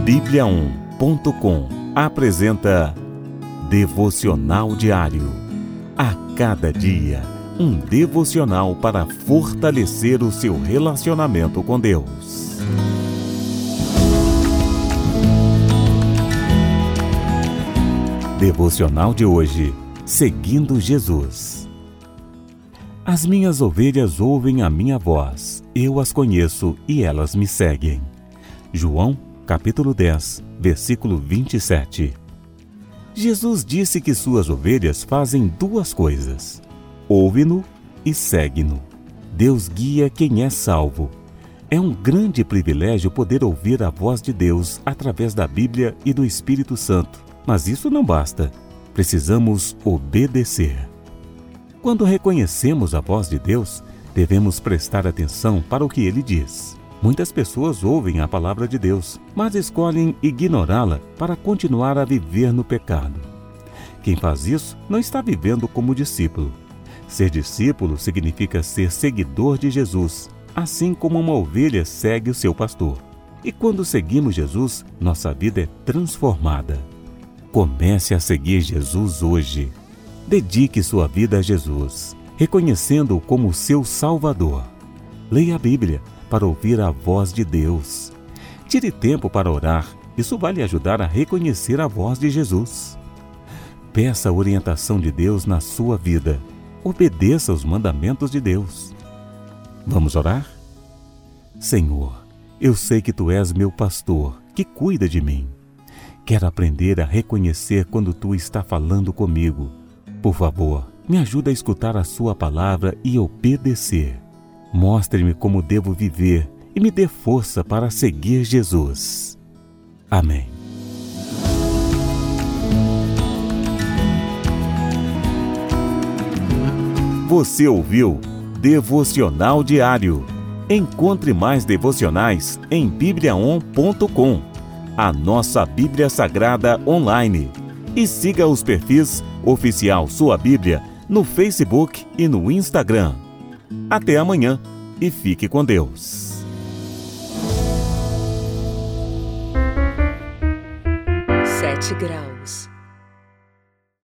Bíblia1.com apresenta Devocional Diário. A cada dia, um devocional para fortalecer o seu relacionamento com Deus. Devocional de hoje: Seguindo Jesus. As minhas ovelhas ouvem a minha voz, eu as conheço e elas me seguem. João, capítulo 10, versículo 27. Jesus disse que suas ovelhas fazem duas coisas: ouve-no e segue-no. Deus guia quem é salvo. É um grande privilégio poder ouvir a voz de Deus através da Bíblia e do Espírito Santo. Mas isso não basta. Precisamos obedecer. Quando reconhecemos a voz de Deus, devemos prestar atenção para o que Ele diz. Muitas pessoas ouvem a palavra de Deus, mas escolhem ignorá-la para continuar a viver no pecado. Quem faz isso não está vivendo como discípulo. Ser discípulo significa ser seguidor de Jesus, assim como uma ovelha segue o seu pastor. E quando seguimos Jesus, nossa vida é transformada. Comece a seguir Jesus hoje. Dedique sua vida a Jesus, reconhecendo-o como seu Salvador. Leia a Bíblia para ouvir a voz de Deus. Tire tempo para orar, isso vai lhe ajudar a reconhecer a voz de Jesus. Peça a orientação de Deus na sua vida. Obedeça os mandamentos de Deus. Vamos orar? Senhor, eu sei que Tu és meu pastor, que cuida de mim. Quero aprender a reconhecer quando Tu está falando comigo. Por favor, me ajude a escutar a Sua palavra e obedecer. Mostre-me como devo viver e me dê força para seguir Jesus. Amém. Você ouviu Devocional Diário. Encontre mais devocionais em Bíblia1.com, a nossa Bíblia Sagrada online. E siga os perfis Oficial Sua Bíblia no Facebook e no Instagram. Até amanhã e fique com Deus. Sete graus.